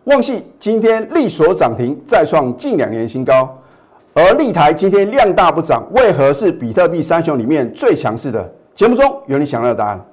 旺系今天力所涨停，再创近2年新高。而立台今天量大不涨，为何是比特币三雄里面最强势的？节目中有你想要的答案。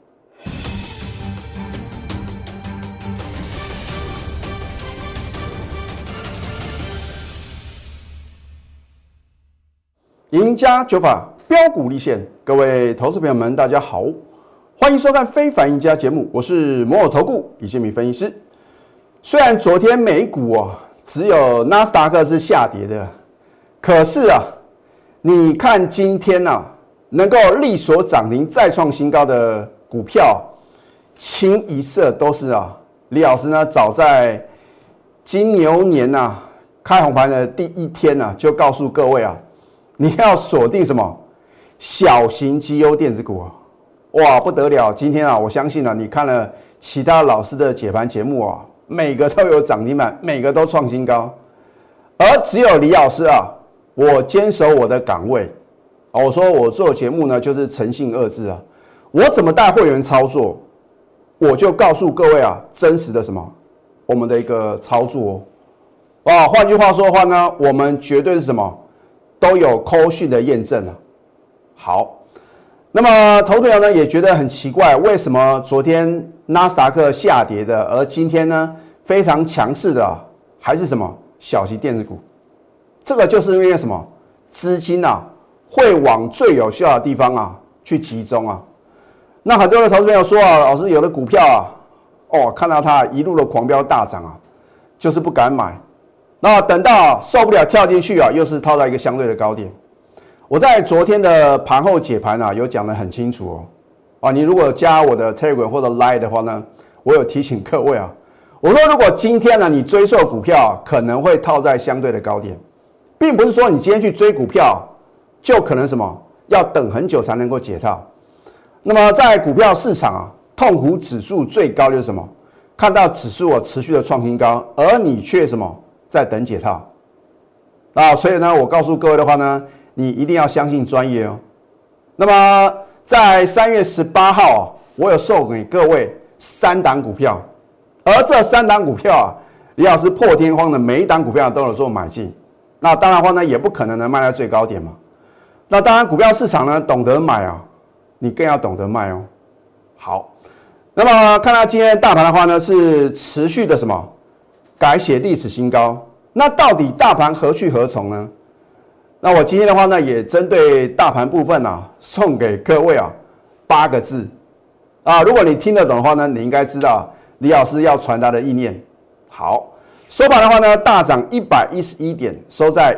赢家九法标股立现，各位投资朋友们，大家好，欢迎收看《非凡赢家》节目，我是摩尔投顾李建民分析师。虽然昨天美股只有纳斯达克是下跌的，可是你看今天能够力所涨停再创新高的股票，清一色都是李老师呢早在金牛年开红盘的第一天就告诉各位你要锁定什么小型绩优电子股哇不得了！今天我相信你看了其他老师的解盘节目每个都有涨停板，每个都创新高，而只有李老师我坚守我的岗位我说我做节目呢就是诚信二字我怎么带会员操作，我就告诉各位真实的什么我们的一个操作换句话说的话呢，我们绝对是什么都有扣讯的验证好，那么投资朋友呢也觉得很奇怪，为什么昨天纳斯达克下跌的，而今天呢非常强势的还是什么小型电子股？这个就是因为什么资金会往最有效的地方去集中那很多的投资朋友说老师有的股票看到它一路的狂飙大涨就是不敢买。那等到受不了跳进去又是套到一个相对的高点。我在昨天的盘后解盘有讲得很清楚你如果加我的 Telegram 或者 Line 的话呢，我有提醒各位我说如果今天你追错股票可能会套在相对的高点，并不是说你今天去追股票就可能什么要等很久才能够解套。那么在股票市场痛苦指数最高就是什么？看到指数持续的创新高，而你却什么在等解套所以呢我告诉各位的话呢，你一定要相信专业那么在3月18号我有送给各位3档股票，而这3档股票李老师破天荒的每一档股票都有做买进，那当然的话呢也不可能能卖在最高点嘛。那当然股票市场呢懂得买你更要懂得卖好，那么看到今天大盘的话呢是持续的什么改写历史新高，那到底大盘何去何从呢？那我今天的话呢也针对大盘部分送给各位8个字如果你听得懂的话呢，你应该知道李老师要传达的意念。好，收盘的话呢大涨111点，收在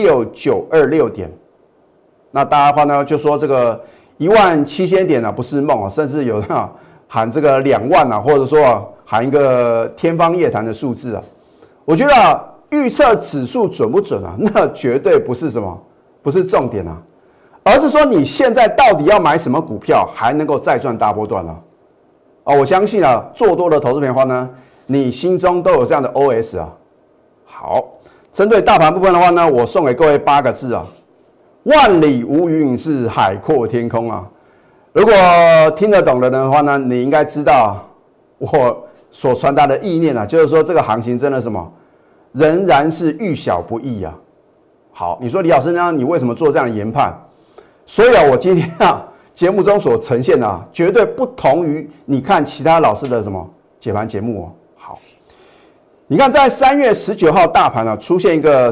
16926点。那大家的话呢就说这个17000点不是梦甚至有人喊这个2万或者说喊一个天方夜谭的数字我觉得预测指数准不准那绝对不是什么，不是重点而是说你现在到底要买什么股票还能够再赚大波段我相信做多的投资朋友的话呢，你心中都有这样的 OS 好，针对大盘部分的话呢，我送给各位8个字万里无云是海阔天空如果听得懂的人的话呢，你应该知道我所传达的意念就是说这个行情真的什么仍然是遇小不易好，你说李老师呢，你为什么做这样的研判？所以我今天节目中所呈现绝对不同于你看其他老师的什么解盘节目好，你看在3月19号大盘出现一个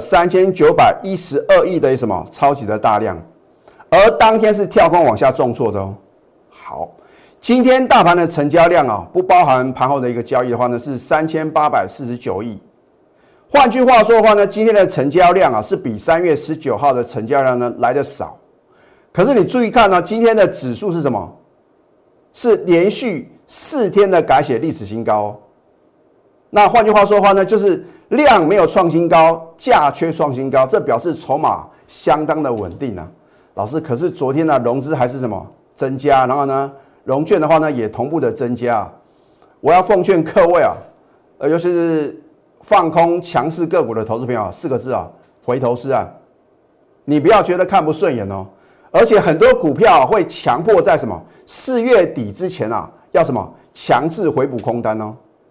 3912亿的什么超级的大量，而当天是跳空往下重挫的好，今天大盘的成交量不包含盘后的一个交易的话呢是3849亿。换句话说的话呢，今天的成交量是比3月19号的成交量呢来得少。可是你注意看今天的指数是什么？是连续4天的改写历史新高那换句话说的话呢，就是量没有创新高，价却创新高，这表示筹码相当的稳定老师，可是昨天融资还是什么增加，然后呢融券的话呢也同步的增加我要奉劝各位尤其是放空强势个股的投资朋友4个字回头是岸。你不要觉得看不顺眼而且很多股票会强迫在什么4月底之前要什么强制回补空单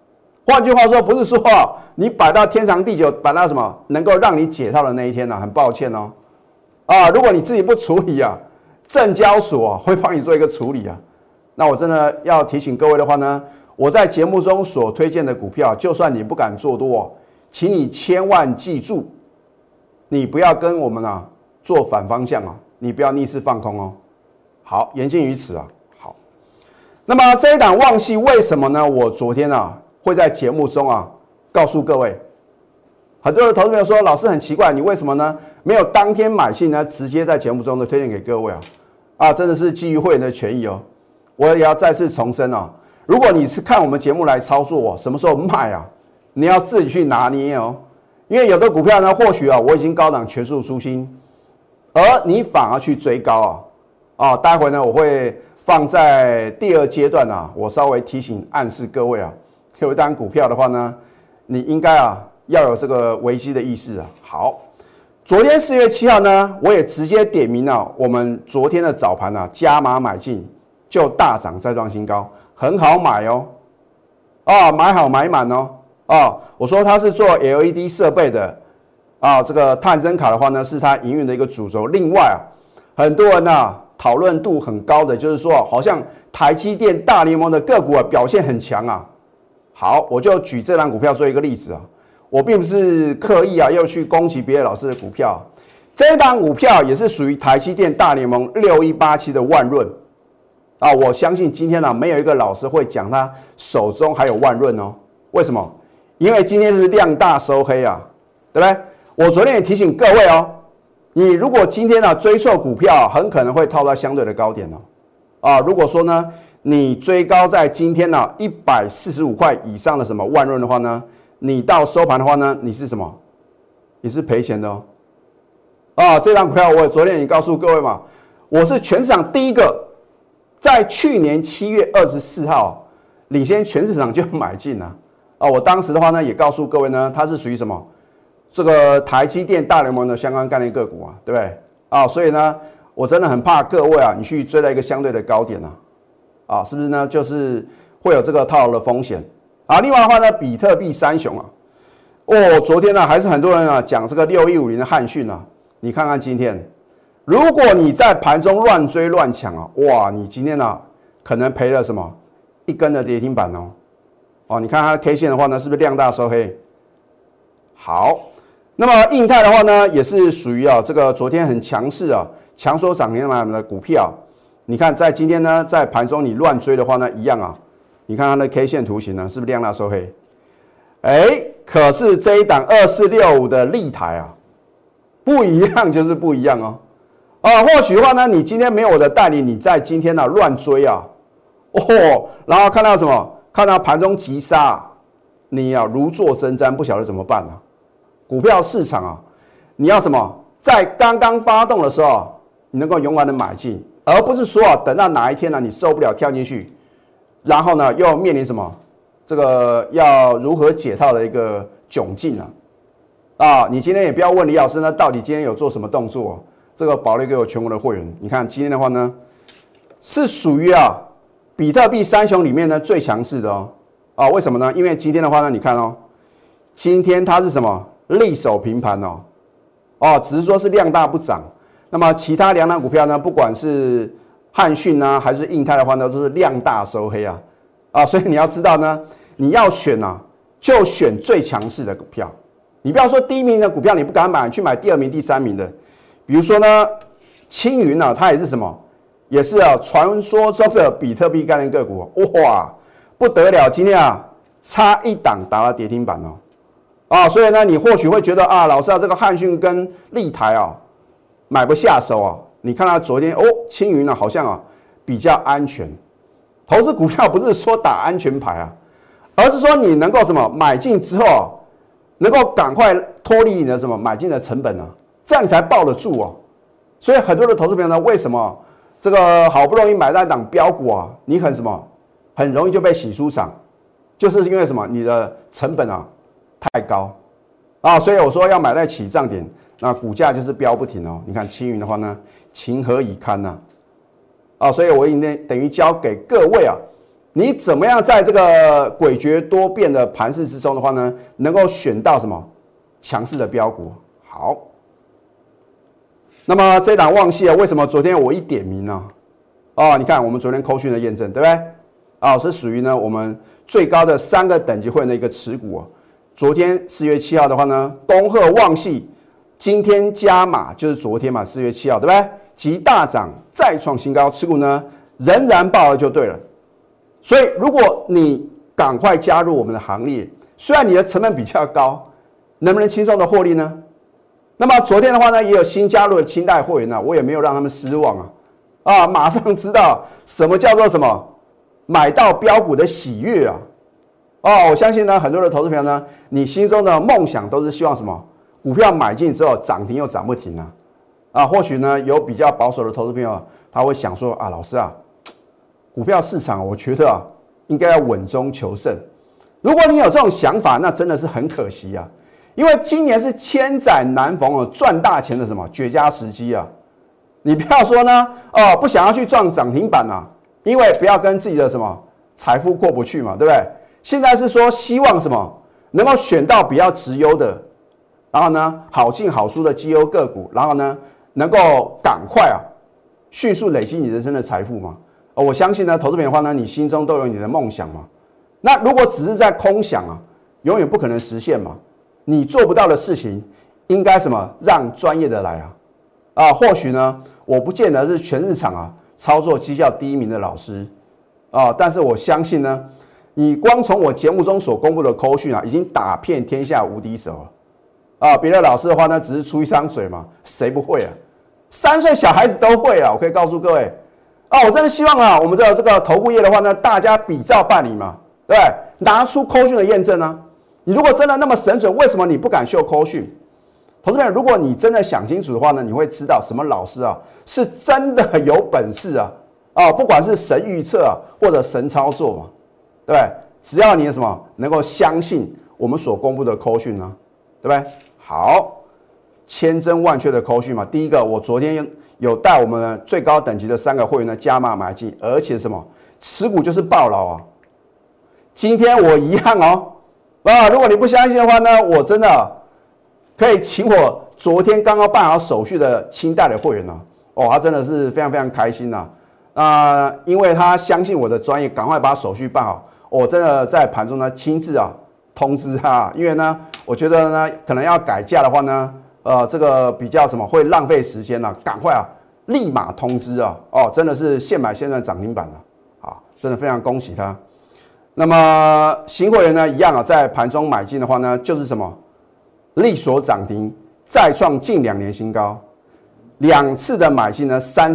换句话说，不是说你摆到天长地久，摆到什么能够让你解套的那一天很抱歉哦。如果你自己不处理证交所会帮你做一个处理那我真的要提醒各位的话呢，我在节目中所推荐的股票，就算你不敢做多请你千万记住，你不要跟我们做反方向你不要逆势放空哦。好，言尽于此好，那么这一档旺系为什么呢？我昨天会在节目中告诉各位，很多的投资朋友说，老师很奇怪，你为什么呢没有当天买进呢？直接在节目中的推荐给各位真的是基于会员的权益我也要再次重申如果你是看我们节目来操作什么时候卖你要自己去拿捏因为有的股票呢，或许我已经高档全数出清，而你反而去追高待会呢我会放在第二阶段我稍微提醒暗示各位有一档股票的话呢，你应该要有这个危机的意识好，昨天4月7号呢，我也直接点名我们昨天的早盘加码买进就大涨再创新高，很好买买好买满我说它是做 LED 设备的这个碳增卡的话呢，是它营运的一个主轴。另外很多人讨论度很高的，就是说好像台积电大联盟的个股表现很强好，我就举这档股票做一个例子我并不是刻意又去攻击别的老师的股票，这一档股票也是属于台积电大联盟6187的万润我相信今天没有一个老师会讲他手中还有万润为什么？因为今天是量大收黑对不对？我昨天也提醒各位你如果今天追错股票很可能会套到相对的高点如果说呢你追高在今天145块以上的什么万润的话呢，你到收盘的话呢，你是什么？你是赔钱的这张股票我昨天已经告诉各位嘛，我是全市场第一个在去年7月24号领先全市场就买进我当时的话呢也告诉各位呢，它是属于什么？这个台积电大联盟的相关概念个股对不对所以呢我真的很怕各位你去追到一个相对的高点是不是呢？就是会有这个套牢的风险另外的话呢，比特币三雄昨天还是很多人讲这个6150的汉讯你看看今天，如果你在盘中乱追乱抢哇，你今天可能赔了什么一根的跌停板你看它的 K 线的话呢，是不是量大收黑？好，那么印泰的话呢，也是属于这个昨天很强势强缩涨停板的股票。你看在今天呢，在盘中你乱追的话呢，一样你看它的 K 线图形呢，是不是量大收黑？可是这一档2465的立台不一样就是不一样或许的话呢，你今天没有我的带领，你在今天乱追然后看到什么？看到盘中急杀你如坐针毡，不晓得怎么办股票市场你要什么？在刚刚发动的时候，你能够勇敢的买进，而不是说等到哪一天你受不了跳进去，然后呢又面临什么？这个要如何解套的一个窘境你今天也不要问李老师呢，到底今天有做什么动作？这个保留给我全国的会员。你看今天的话呢，是属于比特币三雄里面呢最强势的为什么呢？因为今天的话呢，你看今天它是什么？力守平盘只是说是量大不涨。那么其他两档股票呢，不管是汉讯还是印泰的话呢，都是量大收黑所以你要知道呢，你要选就选最强势的股票。你不要说第一名的股票你不敢买，你去买第二名、第三名的。比如说呢，青云它也是什么？也是传说中的比特币概念个股哇，不得了！今天差一档打了跌停板所以呢，你或许会觉得老师这个汉讯跟立台买不下手你看到昨天青云好像比较安全。投资股票不是说打安全牌而是说你能够什么买进之后能够赶快脱离你的什么买进的成本这样你才抱得住所以很多的投资朋友呢，为什么这个好不容易买到一档标股你很什么很容易就被洗出场，就是因为什么？你的成本太高所以我说要买在起涨点，那股价就是飙不停你看青云的话呢，情何以堪所以我已经等于教给各位你怎么样在这个诡谲多变的盘势之中的话呢，能够选到什么强势的标股？好，那么这档旺系啊，为什么昨天我一点名呢？你看我们昨天扣讯的验证，对不对？是属于呢我们最高的3个等级会员的一个持股。昨天4月7号的话呢，恭贺旺系今天加码，就是昨天嘛，4月7号，对不对？即大涨再创新高，持股呢仍然爆了就对了。所以如果你赶快加入我们的行列，虽然你的成本比较高，能不能轻松的获利呢？那么昨天的话呢，也有新加入的清代会员呢，我也没有让他们失望马上知道什么叫做什么买到标股的喜悦我相信呢，很多的投资朋友呢，你心中的梦想都是希望什么？股票买进之后涨停又涨不停或许呢有比较保守的投资朋友，他会想说老师股票市场我觉得应该要稳中求胜。如果你有这种想法，那真的是很可惜因为今年是千载难逢赚大钱的什么绝佳时机你不要说呢不想要去赚涨停板因为不要跟自己的什么财富过不去嘛，对不对？现在是说希望什么能够选到比较直优的，然后呢好进好出的绩优个股，然后呢能够赶快迅速累积你人生的财富嘛。我相信呢，投资朋友的话呢，你心中都有你的梦想嘛。那如果只是在空想永远不可能实现嘛。你做不到的事情，应该什么让专业的来或许呢，我不见得是全市场操作绩效第一名的老师但是我相信呢，你光从我节目中所公布的扣讯已经打遍天下无敌手了别的老师的话呢，只是出一张嘴嘛，谁不会3岁小孩子都会我可以告诉各位我真的希望我们的这个投顾业的话呢，大家比照办理嘛，对不对？拿出扣讯的验证你如果真的那么神准，为什么你不敢秀扣讯？投资朋友，如果你真的想清楚的话呢，你会知道什么老师是真的有本事不管是神预测或者神操作嘛，对不对？只要你什么能够相信我们所公布的扣讯对不对？好，千真万确的扣讯嘛。第一个，我昨天有带我们最高等级的3个会员呢加码买进，而且什么持股就是抱牢今天我一样如果你不相信的话呢，我真的可以请我昨天刚刚办好手续的清代的会员他真的是非常非常开心因为他相信我的专业，赶快把手续办好。我真的在盘中呢亲自通知因为呢，我觉得呢可能要改价的话呢，这个比较什么会浪费时间赶快立马通知真的是现买现赚涨停板真的非常恭喜他。那么新会员呢一样在盘中买进的话呢，就是什么力所涨停，再创近2年新高，2次的买进呢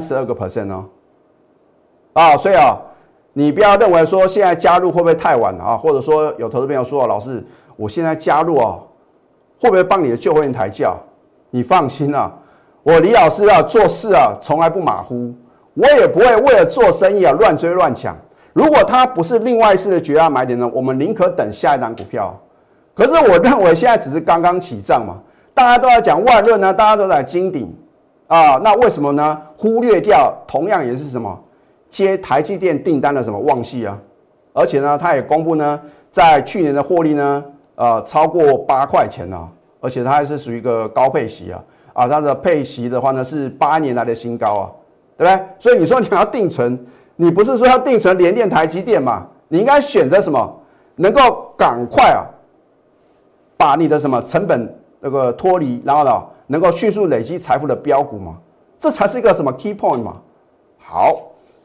32% 所以你不要认为说现在加入会不会太晚或者说有投资朋友说老师，我现在加入会不会帮你的旧会员抬轿？你放心我李老师做事从来不马虎，我也不会为了做生意乱追乱抢。如果它不是另外一次的绝佳买点呢，我们宁可等下一档股票。可是我认为现在只是刚刚起涨嘛，大家都在讲万润大家都在金鼎那为什么呢？忽略掉同样也是什么接台积电订单的什么旺系而且呢，它也公布呢，在去年的获利呢超过8块钱而且它还是属于一个高配息它的配息的话呢是8年来的新高对不对？所以你说你要定存，你不是说要定存联电、台积电嘛？你应该选择什么能够赶快把你的什么成本那个脱离，然后呢能够迅速累积财富的标股嘛？这才是一个什么 key point 嘛？好，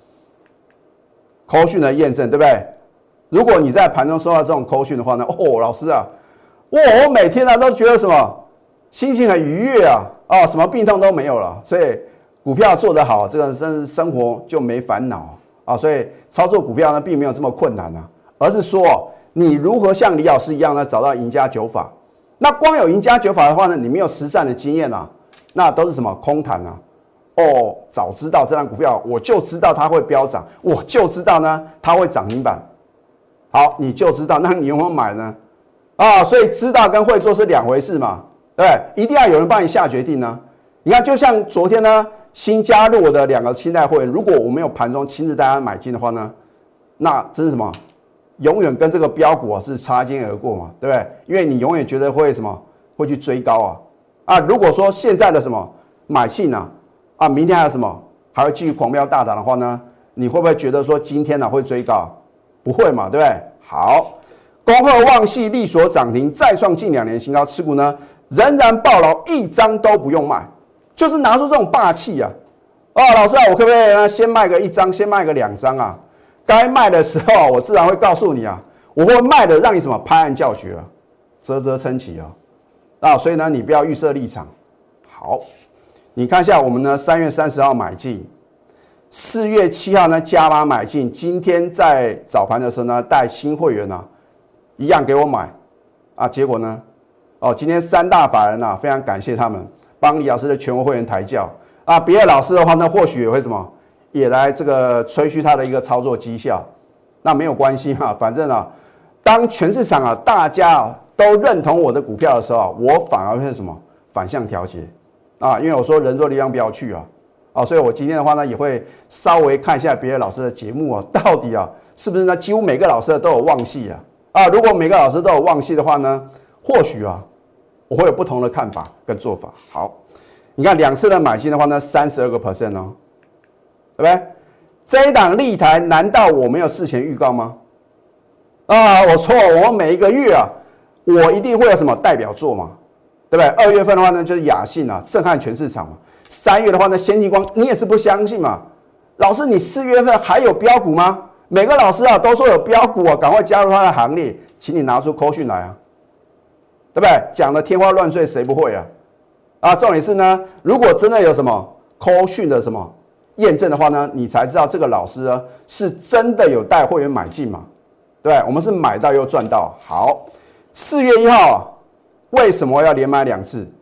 扣讯的验证对不对？如果你在盘中收到这种扣讯的话呢，老师我每天都觉得什么心情很愉悦什么病痛都没有了，所以股票做得好，这个生活就没烦恼所以操作股票呢并没有这么困难而是说你如何像李老师一样呢找到赢家九法。那光有赢家九法的话呢，你没有实战的经验那都是什么空谈早知道这张股票，我就知道它会飙涨，我就知道呢它会涨停板。好，你就知道，那你有没有买呢？所以知道跟会做是2回事嘛，对不对？一定要有人帮你下决定你看，就像昨天呢新加入我的2个清代会员，如果我没有盘中亲自带他买进的话呢， 那真是什么？永远跟这个标股是擦肩而过嘛，对不对？因为你永远觉得会什么？会去追高如果说现在的什么买进明天还有什么还会继续狂飙大涨的话呢？你会不会觉得说今天会追高？不会嘛，对不对？好，恭贺旺系力所涨停，再创近2年新高，持股呢仍然抱牢，一张都不用卖，就是拿出这种霸气老师我可不可以呢先卖个1张，先卖个2张该卖的时候我自然会告诉你我会卖的让你什么拍案叫绝啧啧称奇所以呢你不要预设立场。好，你看一下我们呢3月30号买进，4月7号呢加码买进，今天在早盘的时候呢带新会员一样给我买结果呢今天3大法人非常感谢他们帮李老师的全国会员抬轿别的老师的话呢或许也会什么也来这个吹嘘他的一个操作绩效，那没有关系嘛，反正当全市场大家都认同我的股票的时候我反而会什么反向调节因为我说人多力量不要去所以我今天的话呢也会稍微看一下别的老师的节目到底是不是呢几乎每个老师都有旺系如果每个老师都有旺系的话呢，或许我会有不同的看法跟做法。好，你看2次的买进的话呢32%对不对？这一档立台难道我没有事前预告吗？我说我每一个月我一定会有什么代表作嘛，对不对？2月份的话呢就是雅信震撼全市场嘛，3月的话呢先进光你也是不相信嘛，老师你4月份还有标股吗？每个老师都说有标股赶快加入他的行列，请你拿出扣讯来对不对？讲的天花乱坠谁不会重点是呢，如果真的有什么扣讯的什么验证的话呢，你才知道这个老师是真的有带会员买进嘛，对不对？我们是买到又赚到。好，4月1号为什么要连买2次？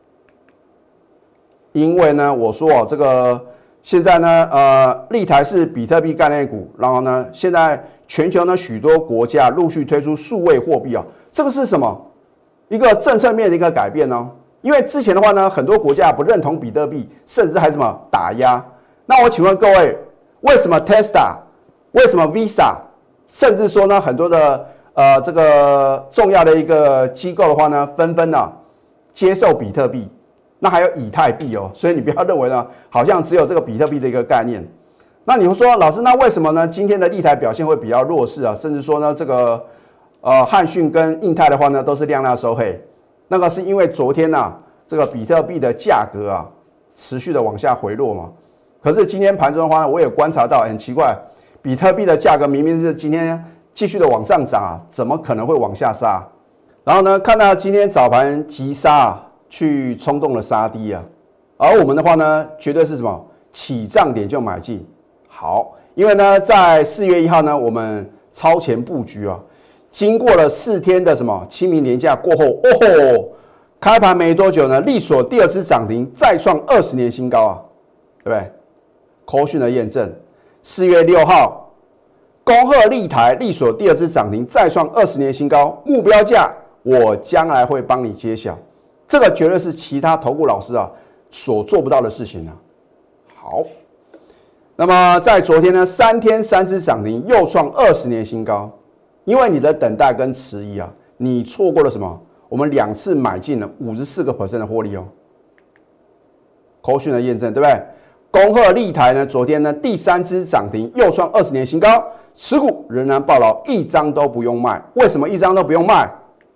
因为呢我说这个现在呢立台是比特币概念股，然后呢现在全球呢许多国家陆续推出数位货币这个是什么一个政策面的一个改变因为之前的话呢很多国家不认同比特币，甚至还什么打压。那我请问各位，为什么 Tesla 为什么 Visa 甚至说呢很多的这个重要的一个机构的话呢纷纷接受比特币，那还有以太币所以你不要认为呢好像只有这个比特币的一个概念。那你会说老师，那为什么呢今天的立台表现会比较弱势甚至说呢这个汉讯跟印泰的话呢都是量大收黑，那个是因为昨天这个比特币的价格持续的往下回落嘛。可是今天盘中的话我也观察到很奇怪，比特币的价格明明是今天继续的往上涨怎么可能会往下杀？然后呢看到今天早盘急杀去冲动了杀低而我们的话呢绝对是什么起涨点就买进。好，因为呢在4月1号呢我们超前布局经过了4天的什么清明连假过后开盘没多久呢力所第2次涨停，再创20年新高对不对？扣讯的验证，4月6号恭贺立台力所第2次涨停，再创20年新高，目标价我将来会帮你揭晓，这个绝对是其他投顾老师所做不到的事情好，那么在昨天呢3天3次涨停，又创20年新高，因为你的等待跟迟疑你错过了什么？我们2次买进了54% 的获利扣讯的验证对不对？恭贺立台呢昨天呢第3支涨停，又创20年新高，持股仍然抱牢，一张都不用卖。为什么一张都不用卖？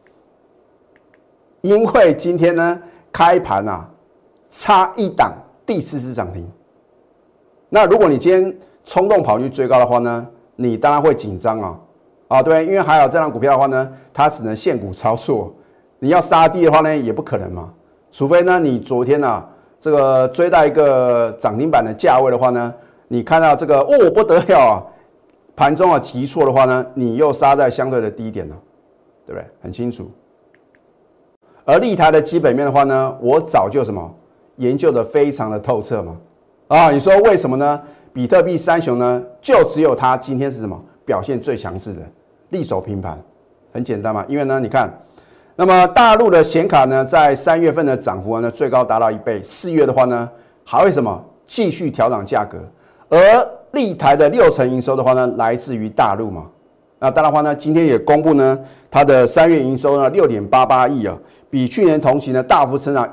因为今天呢开盘差一档第4支涨停。那如果你今天冲动跑去追高的话呢，你当然会紧张对，因为还有这档股票的话呢它只能现股操作，你要杀低的话呢也不可能嘛，除非呢你昨天这个追到一个涨停板的价位的话呢，你看到这个不得了盘中急挫的话呢，你又杀在相对的低点对不对？很清楚。而立台的基本面的话呢，我早就什么研究的非常的透彻嘛你说为什么呢？比特币三雄呢就只有它今天是什么表现最强势的，力守平盘，很简单嘛，因为呢你看那么大陆的显卡呢在3月份的涨幅呢最高达到1倍，4月的话呢还会什么继续调涨价格，而立台的60%营收的话呢，来自于大陆嘛。那当然的话呢，今天也公布呢，它的3月营收呢6.88亿啊，比去年同期呢大幅成长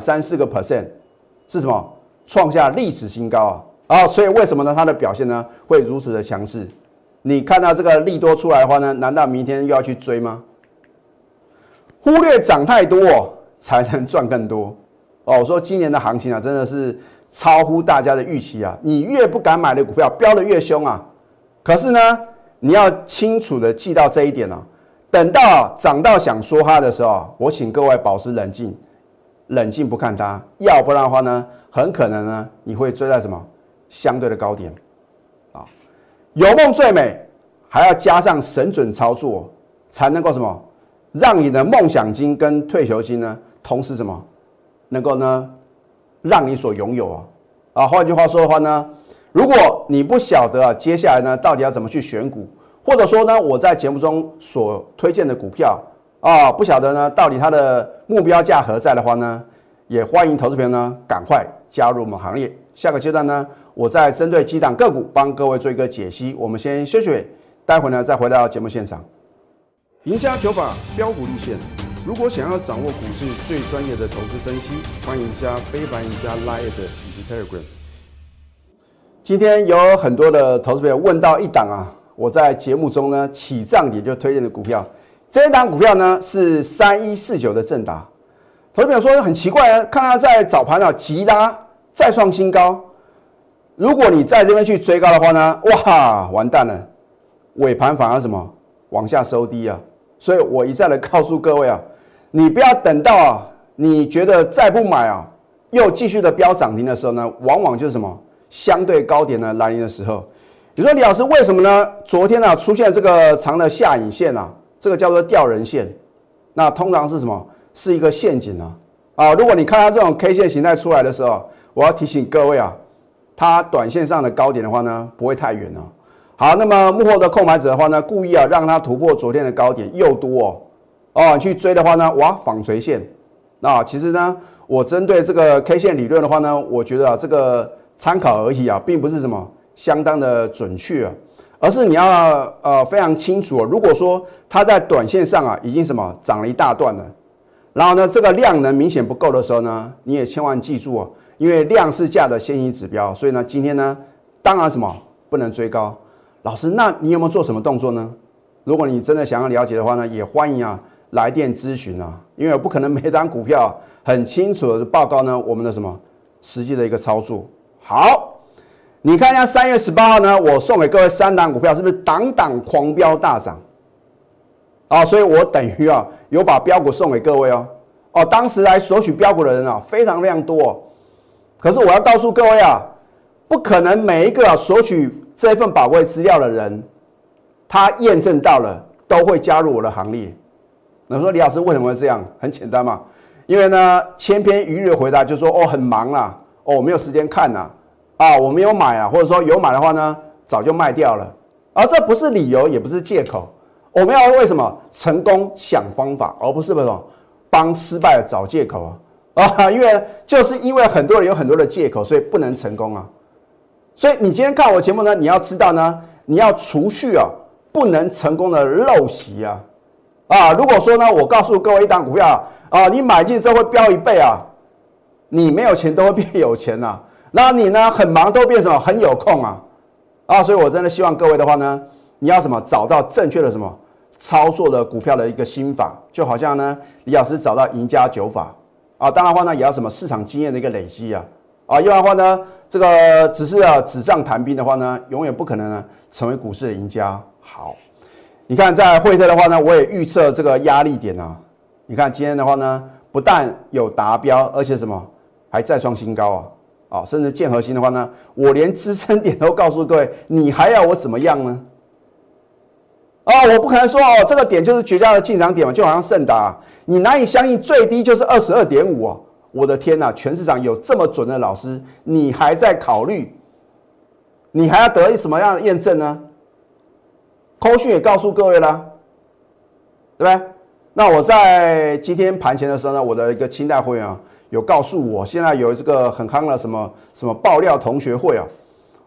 134%，是什么？创下历史新高啊！所以为什么呢？它的表现呢会如此的强势？你看到这个利多出来的话呢，难道明天又要去追吗？忽略涨太多才能赚更多哦！我说今年的行情啊，真的是超乎大家的预期啊！你越不敢买的股票，飙得越凶啊！可是呢，你要清楚的记到这一点啊，等到涨到想说它的时候，我请各位保持冷静，冷静不看它，要不然的话呢，很可能呢你会追在什么相对的高点啊？有梦最美，还要加上神准操作，才能够什么让你的梦想金跟退休金呢，同时什么能够呢让你所拥有啊？换句话说的话呢，如果你不晓得接下来呢到底要怎么去选股，或者说呢我在节目中所推荐的股票不晓得呢到底它的目标价何在的话呢，也欢迎投资朋友呢赶快加入我们行列。下个阶段呢，我再针对几档个股帮各位做一个解析。我们先休息，待会呢再回到节目现场。赢家九法标股立线，如果想要掌握股市最专业的投资分析，欢迎加非凡、赢家 Line 以及 Telegram。今天有很多的投资朋友问到一档我在节目中呢起涨点就推荐的股票，这一档股票呢是3149的正达。投资朋友说很奇怪看它在早盘急拉再创新高，如果你在这边去追高的话呢，哇，完蛋了，尾盘反而什么往下收低所以我一再的告诉各位你不要等到你觉得再不买又继续的飙涨停的时候呢，往往就是什么相对高点呢来临的时候。你说李老师为什么呢？昨天出现这个长的下影线这个叫做吊人线，那通常是什么？是一个陷阱如果你看到这种 K 线形态出来的时候，我要提醒各位它短线上的高点的话呢，不会太远好，那么幕后的控盘者的话呢，故意让它突破昨天的高点又多你去追的话呢，哇，纺锤线。那其实呢，我针对这个 K 线理论的话呢，我觉得这个参考而已并不是什么相当的准确而是你要非常清楚如果说它在短线上已经什么涨了一大段了，然后呢这个量能明显不够的时候呢，你也千万记住因为量是价的先行指标，所以呢今天呢当然什么不能追高。老师，那你有没有做什么动作呢？如果你真的想要了解的话呢，也欢迎来电咨询因为我不可能每档股票很清楚的报告呢我们的什么实际的一个操作。好，你看一下3月18号呢，我送给各位3档股票，是不是档档狂飙大涨所以我等于有把标股送给各位当时来索取标股的人非常非常多可是我要告诉各位不可能每一个索取这份宝贵资料的人，他验证到了都会加入我的行列。那说李老师为什么会这样？很简单嘛，因为呢千篇一律的回答就是说很忙我没有时间看我没有买或者说有买的话呢早就卖掉了这不是理由也不是借口。我们要为什么成功想方法，而不是帮失败找借口因为就是因为很多人有很多的借口，所以不能成功所以你今天看我节目呢，你要知道呢，你要除去不能成功的陋习如果说呢，我告诉各位一档股票你买进之后会飙1倍你没有钱都会变有钱那你呢很忙都变什么很有空所以我真的希望各位的话呢，你要什么找到正确的什么操作的股票的一个心法，就好像呢李老师找到赢家9法当然的话呢也要什么市场经验的一个累积要不然的话呢，这个只是纸上谈兵的话呢，永远不可能呢成为股市的赢家。好，你看在惠特的话呢，我也预测这个压力点你看今天的话呢，不但有达标，而且什么还再创新高甚至建和兴的话呢，我连支撑点都告诉各位，你还要我怎么样呢？我不可能说这个点就是绝佳的进场点嘛，就好像盛达，你难以相信最低就是22.5我的天全市场有这么准的老师，你还在考虑，你还要得什么样的验证呢？扣讯也告诉各位啦，对不对？那我在今天盘前的时候呢，我的一个清代会员有告诉我，现在有这个很夯的什么爆料同学会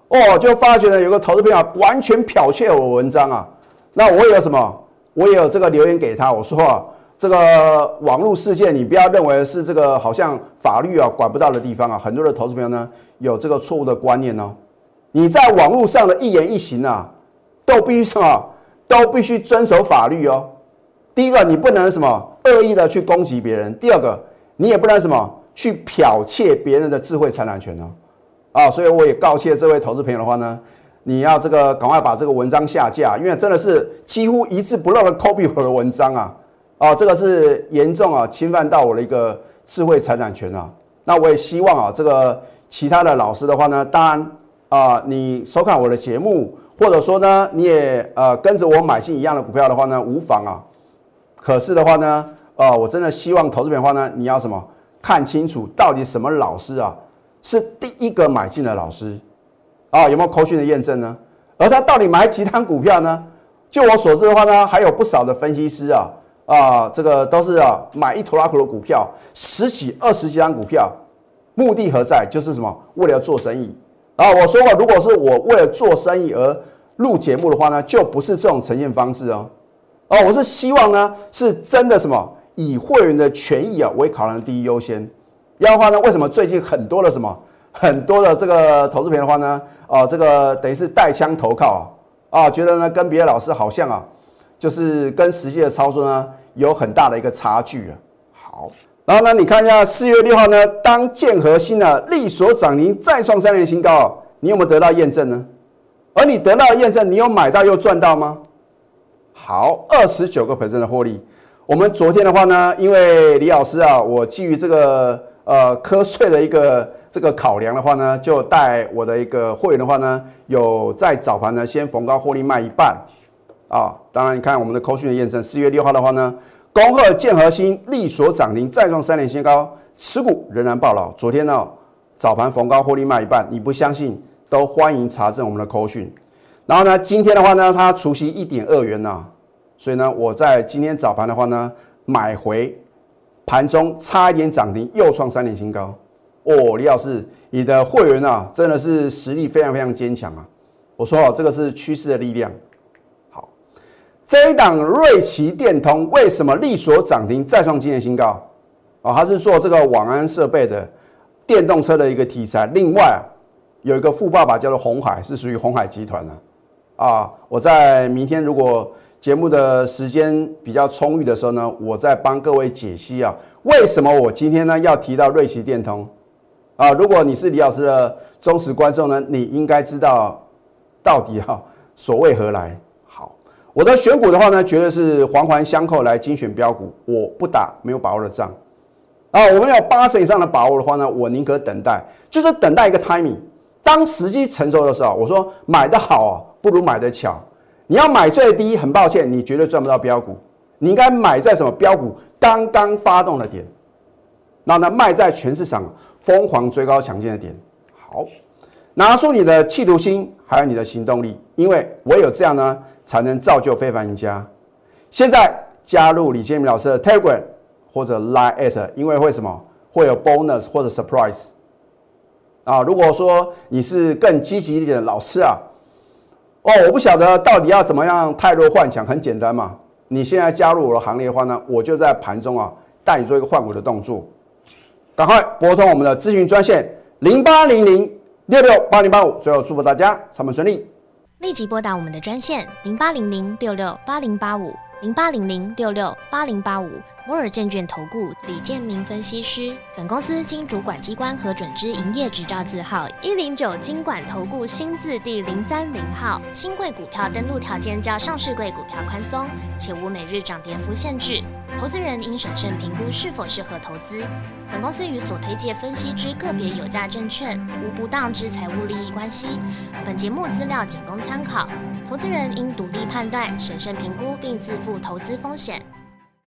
就发觉呢有个投资朋友完全剽窃我文章啊。那我也有什么？我也有这个留言给他，我说这个网络事件你不要认为是这个好像法律管不到的地方啊，很多的投资朋友呢有这个错误的观念哦。你在网络上的一言一行啊，都必须什么？都必须遵守法律哦。第一个，你不能什么恶意的去攻击别人；第二个，你也不能什么去剽窃别人的智慧财产权哦。所以我也告诫这位投资朋友的话呢，你要这个赶快把这个文章下架，因为真的是几乎一字不漏的 copy 我的文章啊。这个是严重侵犯到我的一个智慧财产权啊。那我也希望这个其他的老师的话呢，当然你收看我的节目，或者说呢你也跟着我买进一样的股票的话呢，无妨啊。可是的话呢，我真的希望投资朋友的话呢，你要什么看清楚到底什么老师是第一个买进的老师有没有口讯的验证呢？而他到底买几档股票呢？就我所知的话呢，还有不少的分析师这个都是买一坨拉股的股票，10几20几档股票，目的何在？就是什么？为了做生意。我说过，如果是我为了做生意而录节目的话呢，就不是这种呈现方式我是希望呢，是真的什么以会员的权益为考量第一优先。要的话呢，为什么最近很多的这个投资朋友的话呢，这个等于是带枪投靠觉得呢跟别的老师好像就是跟实际的操作呢有很大的一个差距好，然后呢，你看一下4月6号呢，当建和兴呢力所涨停再创3年新高你有没有得到验证呢？而你得到的验证，你有买到又赚到吗？好，29% 的获利。我们昨天的话呢，因为李老师我基于这个瞌睡的一个这个考量的话呢，就带我的一个会员的话呢，有在早盘呢先逢高获利卖一半当然你看我们的口讯的验证，4月6号的话呢，恭贺建和兴力所涨停再创3年新高，持股仍然抱牢。昨天呢早盘逢高获利卖一半，你不相信都欢迎查证我们的口讯。然后呢，今天的话呢，它除息1.2元所以呢，我在今天早盘的话呢，买回，盘中差一点涨停，又创3年新高。李老师，你的会员真的是实力非常非常坚强我说这个是趋势的力量。好，这一档瑞奇电通为什么力所涨停再创今年新高？它是做这个网安设备的电动车的一个题材。另外有一个富爸爸叫做鸿海，是属于鸿海集团我在明天如果节目的时间比较充裕的时候呢，我再帮各位解析为什么我今天呢要提到瑞奇电通如果你是李老师的忠实观众呢，你应该知道到底所谓何来。好，我的选股的话呢，绝对是环环相扣来精选标股，我不打没有把握的仗我们有80%以上的把握的话呢，我宁可等待，就是等待一个 timing。当时机成熟的时候，我说买得好不如买得巧。你要买最低，很抱歉，你绝对赚不到标股。你应该买在什么标股刚刚发动的点，然后呢卖在全市场疯狂追高抢进的点。好，拿出你的企图心，还有你的行动力，因为唯有这样呢，才能造就非凡赢家。现在加入李建明老师的 Telegram 或者 Line@， 因为会什么？会有 bonus 或者 surprise。如果说你是更积极一点的老师我不晓得到底要怎么样汰弱换强，很简单嘛。你现在加入我的行列的话呢，我就在盘中带你做一个换股的动作。赶快拨通我们的咨询专线0800668085。最后祝福大家操盘顺利。 立即拨打我们的专线08006680850800668085。摩尔证券投顾李建明分析师。本公司经主管机关核准之营业执照字号109金管投顾新字第030号。新贵股票登录条件较上市贵股票宽松，且无每日涨跌幅限制。投资人应审慎评估是否适合投资。本公司与所推介分析之个别有价证券无不当之财务利益关系。本节目资料仅供参考，投资人应独立判断、审慎评估并自负投资风险。